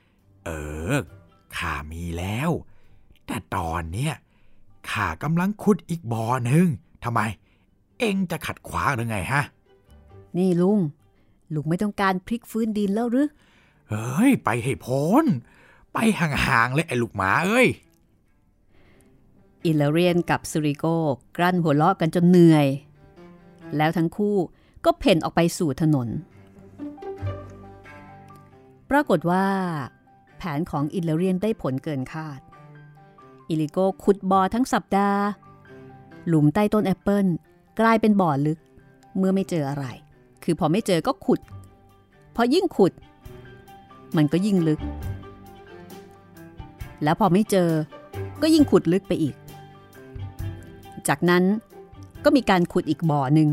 ข้ามีแล้วแต่ตอนเนี้ยข้ากำลังขุดอีกบ่อหนึ่งทำไมเองจะขัดขวางหรือไงฮะนี่ลุงไม่ต้องการพลิกฟื้นดินแล้วหรือเฮ้ยไปให้พ้นไปห่างๆเลยไอ้ลูกหมาเอ้ยอิลาเรียนกับซูริโกกลั้นหัวเราะกันจนเหนื่อยแล้วทั้งคู่ก็เพ่นออกไปสู่ถนนปรากฏว่าแผนของอิลาเรียนได้ผลเกินคาดอิลิโกขุดบ่อทั้งสัปดาห์หลุมใต้ต้นแอปเปิลกลายเป็นบ่อลึกเมื่อไม่เจออะไรคือพอไม่เจอก็ขุดพอยิ่งขุดมันก็ยิ่งลึกแล้วพอไม่เจอก็ยิ่งขุดลึกไปอีกจากนั้นก็มีการขุดอีกบ่อหนึ่ง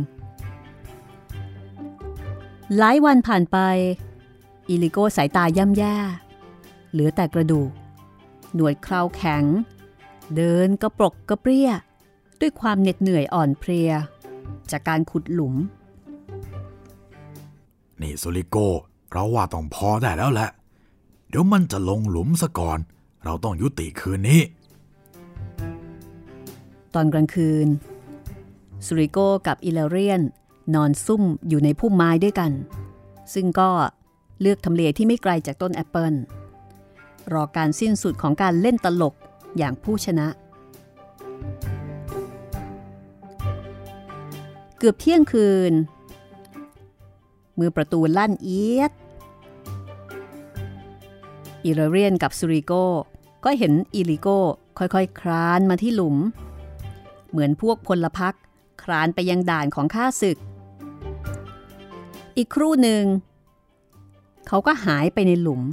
หลายวันผ่านไปอิลิโกสายตาย่ำแย่เหลือแต่กระดูกหนวดเคราแข็งเดินกระปรกกระเปรี้ยด้วยความเหน็ดเหนื่อยอ่อนเพลียจากการขุดหลุมนี่ซูริโกเราว่าต้องพอได้แล้วแหละเดี๋ยวมันจะลงหลุมซะก่อนเราต้องยุติคืนนี้ตอนกลางคืนซูริโกกับอิลาเรียนนอนซุ่มอยู่ในพุ่มไม้ด้วยกันซึ่งก็เลือกทำเลที่ไม่ไกลจากต้นแอปเปิลรอการสิ้นสุดของการเล่นตลกอย่างผู้ชนะเกือบเที่ยงคืนมือประตูลั่นเอียดอิลาเรียนกับซูริโกก็เห็นอิลิโกค่อยๆคลานมาที่หลุมเหมือนพวกพลพรรคคลานไปยังด่านของข้าศึกอีกครู่หนึ่งเขาก็หายไปในหลุม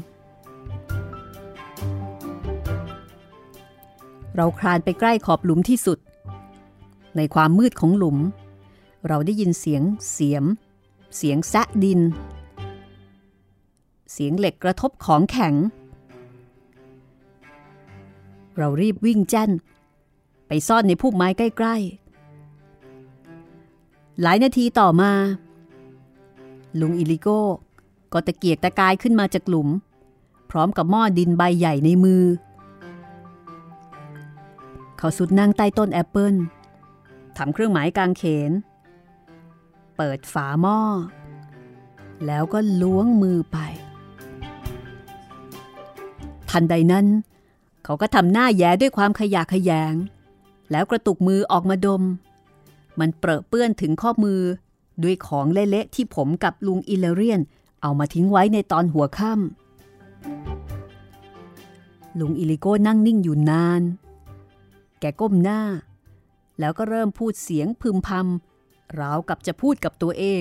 เราคลานไปใกล้ขอบหลุมที่สุดในความมืดของหลุมเราได้ยินเสียงเสียงแซะดินเสียงเหล็กกระทบของแข็งเรารีบวิ่งแจ้นไปซ่อนในพุ่มไม้ใกล้ๆหลายนาทีต่อมาลุงอิลิโกก็ตะเกียกตะกายขึ้นมาจากหลุมพร้อมกับหม้อดินใบใหญ่ในมือเขาสุดนั่งใต้ต้นแอปเปิลทำเครื่องหมายกางเขนเปิดฝาหม้อแล้วก็ล้วงมือไปทันใดนั้นเขาก็ทำหน้าแย้ด้วยความขยะแขยงแล้วกระตุกมือออกมาดมมันเปรอะเปื้อนถึงข้อมือด้วยของเละๆที่ผมกับลุงอิลาเรียนเอามาทิ้งไว้ในตอนหัวค่ำลุงอิลิโกนั่งนิ่งอยู่นานแกก้มหน้าแล้วก็เริ่มพูดเสียงพึมพำราวกับจะพูดกับตัวเอง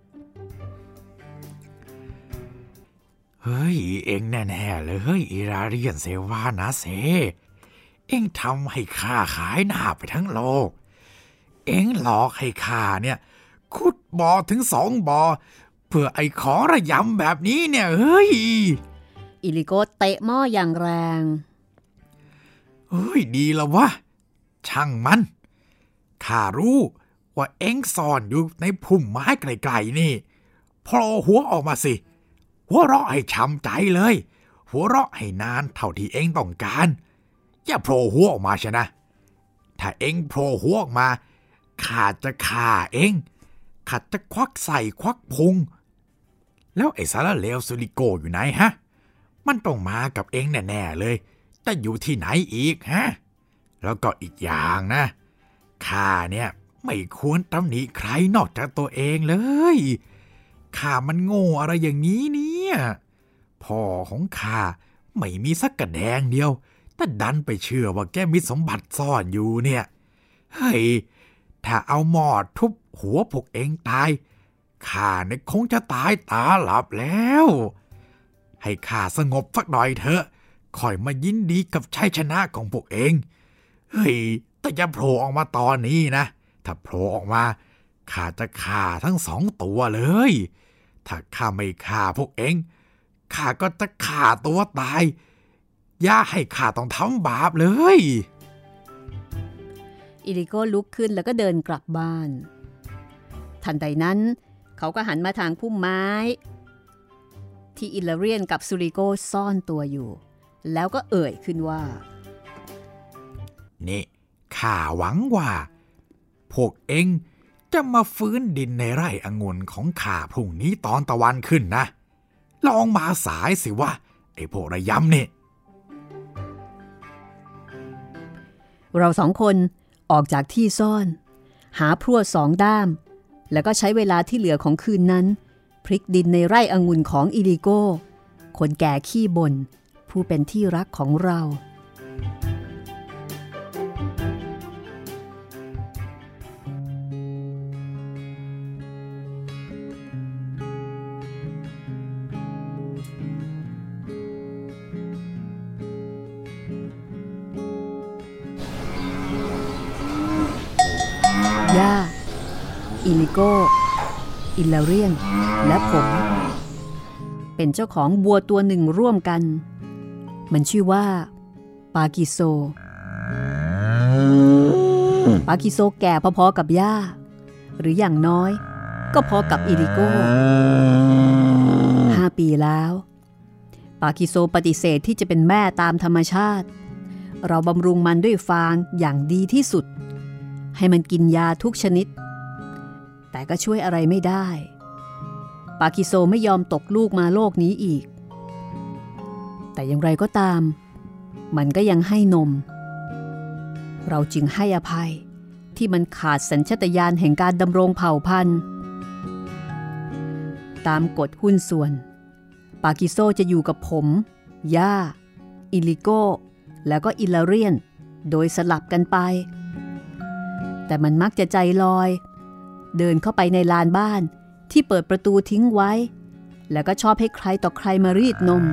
เฮ้ยเอ็งแน่ๆเลยเฮ้ยอิลาเรียนเซวานะเซเอ็งทำให้ข้าขายหน้าไปทั้งโลกเอ็งหลอกให้ข้าเนี่ยขุดบ่อถึง2 บ่อเพื่อไอ้ของระยำแบบนี้เนี่ยเฮ้ยอิลิโกเตะหม้ออย่างแรงเฮ้ยดีแล้ววะช่างมันข้ารู้ว่าเอ็งซ่อนอยู่ในพุ่มไม้ไกลๆนี่โผล่หัวออกมาสิหัวเราะให้ช้ำใจเลยหัวเราะให้นานเท่าที่เอ็งต้องการอย่าโผล่หัวออกมาชนะถ้าเอ็งโผล่หัวออกมาข้าจะฆ่าเอ็งข้าจะควักใส่ควักพุงแล้วไอ้สารเลวซูริโกอยู่ไหนฮะมันต้องมากับเอ็งแน่ๆเลยจะอยู่ที่ไหนอีกฮะแล้วก็อีกอย่างนะข้าเนี่ยไม่ควรตำหนิใครนอกจากตัวเองเลยข้ามันโง่อะไรอย่างนี้เนี่ยพ่อของข้าไม่มีสักกระแดงเดียวแต่ดันไปเชื่อว่าแกมีสมบัติซ่อนอยู่เนี่ยเฮ้ยถ้าเอาหม้อทุบหัวพวกเองตายข้าเนี่ยคงจะตายตาหลับแล้วให้ข้าสงบสักหน่อยเถอะค่อยมายินดีกับชัยชนะของพวกเองเฮ้ยแต่อย่าโผล่ออกมาตอนนี้นะถ้าโผล่ออกมาข้าจะฆ่าทั้ง2 ตัวเลยถ้าข้าไม่ฆ่าพวกเองข้าก็จะฆ่าตัวตายอย่าให้ข้าต้องทำบาปเลยอิริโกลุกขึ้นแล้วก็เดินกลับบ้านทันใดนั้นเขาก็หันมาทางพุ่มไม้ที่อิลลาเรียนกับซูริโกซ่อนตัวอยู่แล้วก็เอ่ยขึ้นว่านี่ข้าหวังว่าพวกเอ็งจะมาฟื้นดินในไร่องุ่นของข้าพรุ่งนี้ตอนตะวันขึ้นนะลองมาสายสิว่าไอ้พวกระยำนี่เรา2 คนออกจากที่ซ่อนหาพลั่ว2 ด้ามแล้วก็ใช้เวลาที่เหลือของคืนนั้นพลิกดินในไร่องุ่นของอิริโกคนแก่ขี้บ่นผู้เป็นที่รักของเราย่าอิลิโกอิลลาเรียนและผมเป็นเจ้าของวัวตัวหนึ่งร่วมกันมันชื่อว่าปากิโซแก่พอๆกับย่าหรืออย่างน้อยก็พอกับอิลิโก5 ปีแล้วปากิโซปฏิเสธที่จะเป็นแม่ตามธรรมชาติเราบำรุงมันด้วยฟางอย่างดีที่สุดให้มันกินยาทุกชนิดแต่ก็ช่วยอะไรไม่ได้ปากิโซไม่ยอมตกลูกมาโลกนี้อีกแต่อย่างไรก็ตามมันก็ยังให้นมเราจึงให้อภัยที่มันขาดสัญชาตญาณแห่งการดำรงเผ่าพันธุ์ตามกฎหุ้นส่วนปากิโซจะอยู่กับผมย่าอิลิโกแล้วก็อิลลาเรียนโดยสลับกันไปแต่มันมักจะใจลอยเดินเข้าไปในลานบ้านที่เปิดประตูทิ้งไว้แล้วก็ชอบให้ใครต่อใครมารีดนม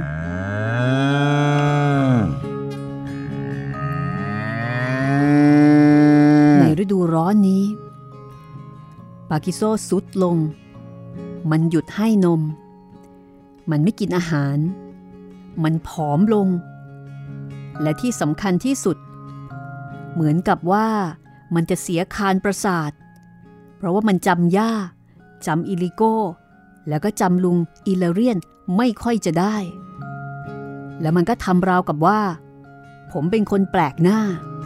ในฤดูร้อนนี้ปากิโซสุดลงมันหยุดให้นมมันไม่กินอาหารมันผอมลงและที่สำคัญที่สุดเหมือนกับว่ามันจะเสียคานประสาทเพราะว่ามันจำย่าจำอิลิโกแล้วก็จำลุงอิลลาเรียนไม่ค่อยจะได้แล้วมันก็ทำราวกับว่าผมเป็นคนแปลกหน้า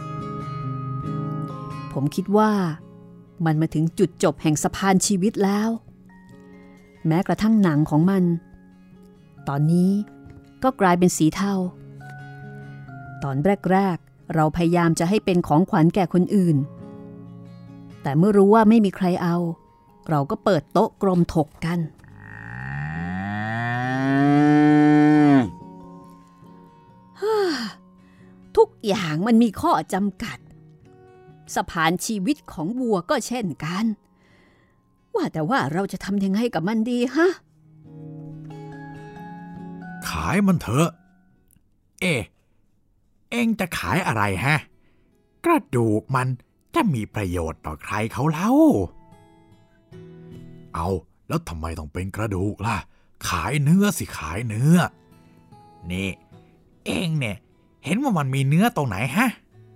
ผมคิดว่ามันมาถึงจุดจบแห่งสะพานชีวิตแล้วแม้กระทั่งหนังของมันตอนนี้ก็กลายเป็นสีเทาตอนแรกๆเราพยายามจะให้เป็นของขวัญแก่คนอื่นแต่เมื่อรู้ว่าไม่มีใครเอาเราก็เปิดโต๊ะกลมถกกันทุกอย่างมันมีข้อจำกัดสะพานชีวิตของวัวก็เช่นกันว่าแต่ว่าเราจะทำยังไงกับมันดีฮะขายมันเถอะเอ็งจะขายอะไรฮะกระดูกมันจะมีประโยชน์ต่อใครเขาเล่าเอาแล้วทำไมต้องเป็นกระดูกล่ะขายเนื้อสิขายเนื้อนี่เองเนี่ยเห็นว่ามันมีเนื้อตรงไหนฮะ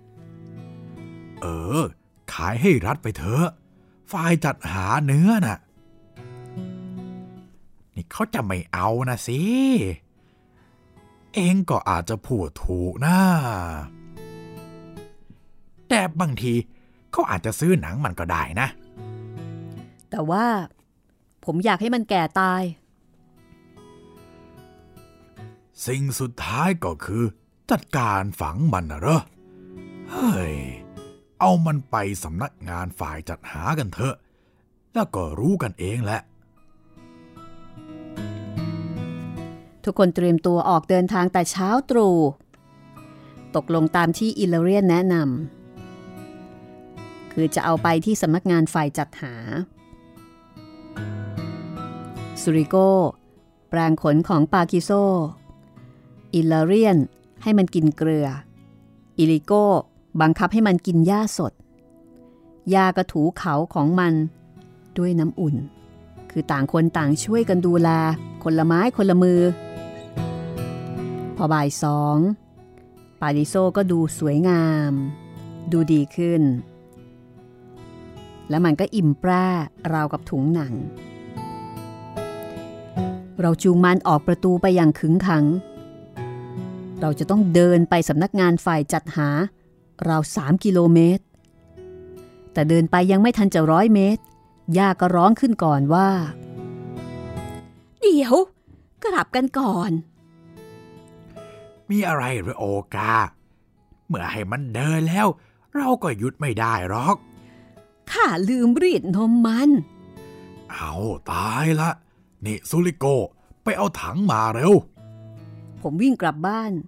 ขายให้รัฐไปเถอะฝ่ายจัดหาเนื้อน่ะนี่เขาจะไม่เอานะสิเองก็อาจจะพูดถูกนะแต่บางทีเขาอาจจะซื้อหนังมันก็ได้นะแต่ว่าผมอยากให้มันแก่ตายสิ่งสุดท้ายก็คือจัดการฝังมันนะเหรอเฮ้ยเอามันไปสำนักงานฝ่ายจัดหากันเถอะแล้วก็รู้กันเองแหละทุกคนเตรียมตัวออกเดินทางแต่เช้าตรู่ตกลงตามที่อิลเรียนแนะนำคือจะเอาไปที่สำนักงานฝ่ายจัดหาซูริโกแปลงขนของปากิโซอิลเรียนให้มันกินเกลืออิลิโกบังคับให้มันกินหญ้าสดยาก็ถูเขาของมันด้วยน้ำอุ่นคือต่างคนต่างช่วยกันดูแลคนละไม้คนละมือพอบ่าย2ปาดิโซก็ดูสวยงามดูดีขึ้นและมันก็อิ่มแปร่ราวกับถุงหนังเราจูงมันออกประตูไปอย่างขึงขังเราจะต้องเดินไปสำนักงานฝ่ายจัดหาราว3 กิโลเมตรแต่เดินไปยังไม่ทันจะ100 เมตรย่าก็ร้องขึ้นก่อนว่าเดี๋ยวกลับกันก่อนมีอะไรหรือโอกาเมื่อให้มันเดินแล้วเราก็หยุดไม่ได้หรอกข้าลืมรีดนมมันเอาตายละนี่ซูริโกไปเอาถังมาเร็วผมวิ่งกลับบ้าน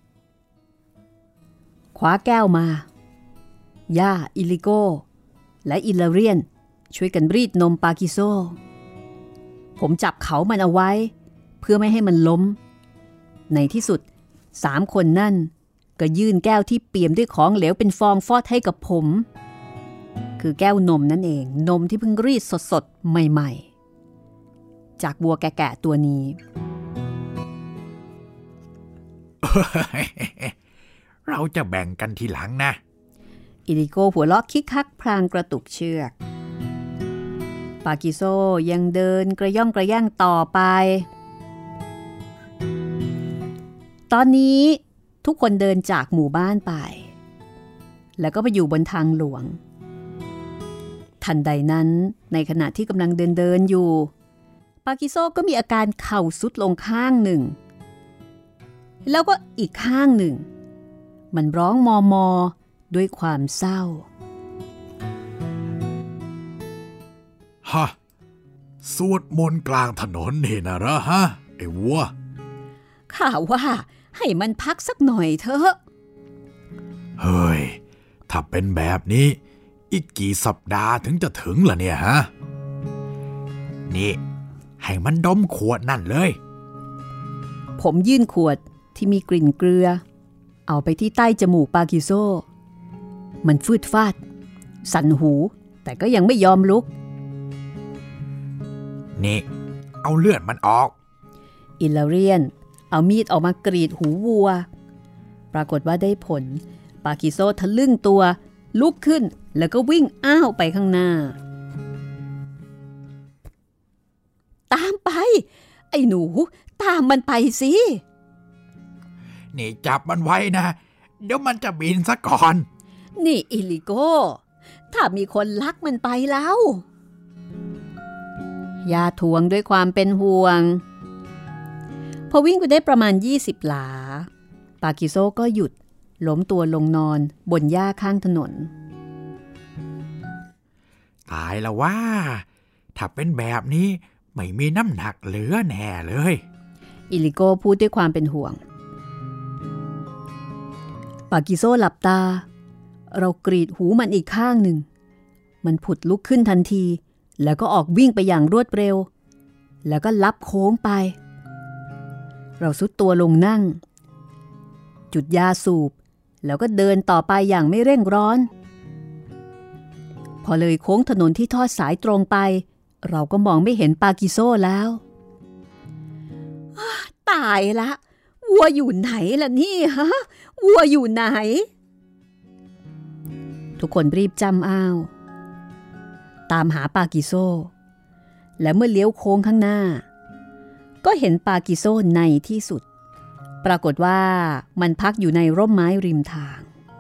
คว้าแก้วมาย่าอิลิโกและอิลเรียนช่วยกันรีดนมปากิโซผมจับเขามันเอาไว้เพื่อไม่ให้มันล้มในที่สุด3 คนนั่นก็ยื่นแก้วที่เปี่ยมด้วยของเหลวเป็นฟองฟอดให้กับผมคือแก้วนมนั่นเองนมที่เพิ่งรีดสดๆใหม่ๆจากวัวแก่ๆตัวนี้เราจะแบ่งกันทีหลังนะอิลิโกหัวเราะคิกคักพลางกระตุกเชือกปากิโซยังเดินกระย่องกระย่างต่อไปตอนนี้ทุกคนเดินจากหมู่บ้านไปแล้วก็ไปอยู่บนทางหลวงทันใดนั้นในขณะที่กำลังเดินอยู่ปากิโซก็มีอาการเข่าสุดลงข้างหนึ่งแล้วก็อีกข้างหนึ่งมันร้องมอด้วยความเศร้าฮะสวดมนต์กลางถนนนี่นะเหรอฮะไอ้วัวข้าว่าให้มันพักสักหน่อยเถอะเฮ้ยถ้าเป็นแบบนี้อีกกี่สัปดาห์ถึงจะถึงล่ะเนี่ยฮะนี่ให้มันดมขวดนั่นเลยผมยื่นขวดที่มีกลิ่นเกลือเอาไปที่ใต้จมูกปากิโซมันฟืดฟาดสั่นหูแต่ก็ยังไม่ยอมลุกนี่เอาเลือดมันออกอิลเรียนเอามีดออกมากรีดหูวัวปรากฏว่าได้ผลปากิโซทะลึ่งตัวลุกขึ้นแล้วก็วิ่งอ้าวไปข้างหน้าตามไปไอ้หนูตามมันไปสินี่จับมันไว้นะเดี๋ยวมันจะบินซะก่อนนี่อิลิโกถ้ามีคนลักมันไปแล้วย่าทวงด้วยความเป็นห่วงพอวิ่งไปได้ประมาณ20 หลาปากิโซก็หยุดล้มตัวลงนอนบนหญ้าข้างถนนตายแล้วว่าถ้าเป็นแบบนี้ไม่มีน้ำหนักเหลือแน่เลยอิลิโกพูดด้วยความเป็นห่วงปากิโซหลับตาเรากรีดหูมันอีกข้างหนึ่งมันผุดลุกขึ้นทันทีแล้วก็ออกวิ่งไปอย่างรวดเร็วแล้วก็ลับโค้งไปเราซุดตัวลงนั่งจุดยาสูบแล้วก็เดินต่อไปอย่างไม่เร่งร้อนพอเลยโค้งถนนที่ทอดสายตรงไปเราก็มองไม่เห็นปากิโซแล้วตายละวัวอยู่ไหนล่ะนี่ฮะวัวอยู่ไหนทุกคนรีบจำอ้าวตามหาปากิโซและเมื่อเลี้ยวโค้งข้างหน้าก็เห็นปากิโซในที่สุดปรากฏว่ามันพักอยู่ในร่มไม้ริมทาง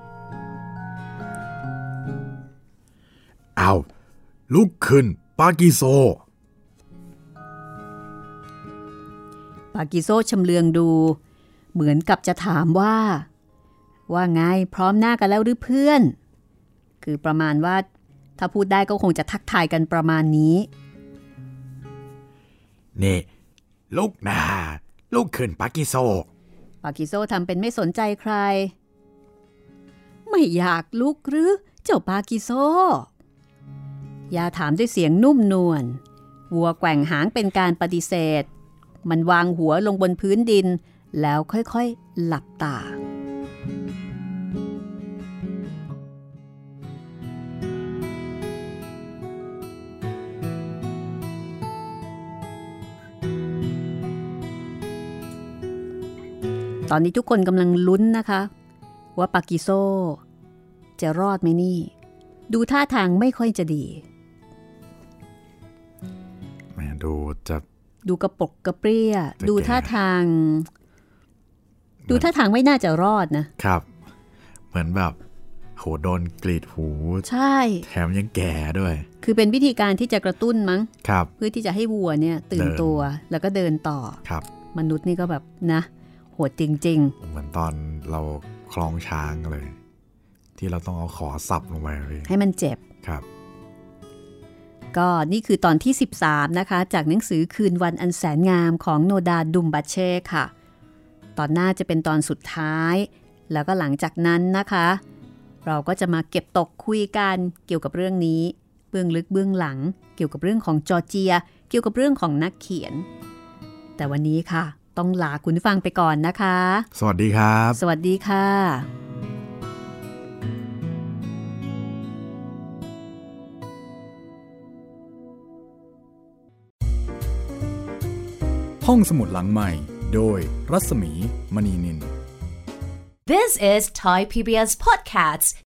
เอาลุกขึ้นปากิโซปากิโซชำเลืองดูเหมือนกับจะถามว่าไงพร้อมหน้ากันแล้วหรือเพื่อนคือประมาณว่าถ้าพูดได้ก็คงจะทักทายกันประมาณนี้นี่ลุกนะลุกขึ้นปากิโซทำเป็นไม่สนใจใครไม่อยากลุกหรือเจ้าปากิโซยาถามด้วยเสียงนุ่มนวลวัวแกว่งหางเป็นการปฏิเสธมันวางหัวลงบนพื้นดินแล้วค่อยๆหลับตาตอนนี้ทุกคนกำลังลุ้นนะคะว่าปากิโซจะรอดไหมนี่ดูท่าทางไม่ค่อยจะดีดูกระปกกระเปรี้ยดูท่าทางไม่น่าจะรอดนะครับเหมือนแบบโหโดนกรีดหูใช่แถมยังแก่ด้วยคือเป็นวิธีการที่จะกระตุ้นมั้งเพื่อที่จะให้วัวเนี่ยตื่นตัวแล้วก็เดินต่อมนุษย์นี่ก็แบบนะโหดจริงๆเหมือนตอนเราคล้องช้างเลยที่เราต้องเอาขอสับลงไปให้มันเจ็บครับก็นี่คือตอนที่13นะคะจากหนังสือคืนวันอันแสนงามของโนดาดุมบัชเช่ค่ะตอนหน้าจะเป็นตอนสุดท้ายแล้วก็หลังจากนั้นนะคะเราก็จะมาเก็บตกคุยกันเกี่ยวกับเรื่องนี้เบื้องลึกเบื้องหลังเกี่ยวกับเรื่องของจอร์เจียเกี่ยวกับเรื่องของนักเขียนแต่วันนี้ค่ะต้องลาคุณผู้ฟังไปก่อนนะคะสวัสดีครับสวัสดีค่ะห้องสมุดหลังใหม่โดยรัศมีมณีนิน This is Thai PBS Podcast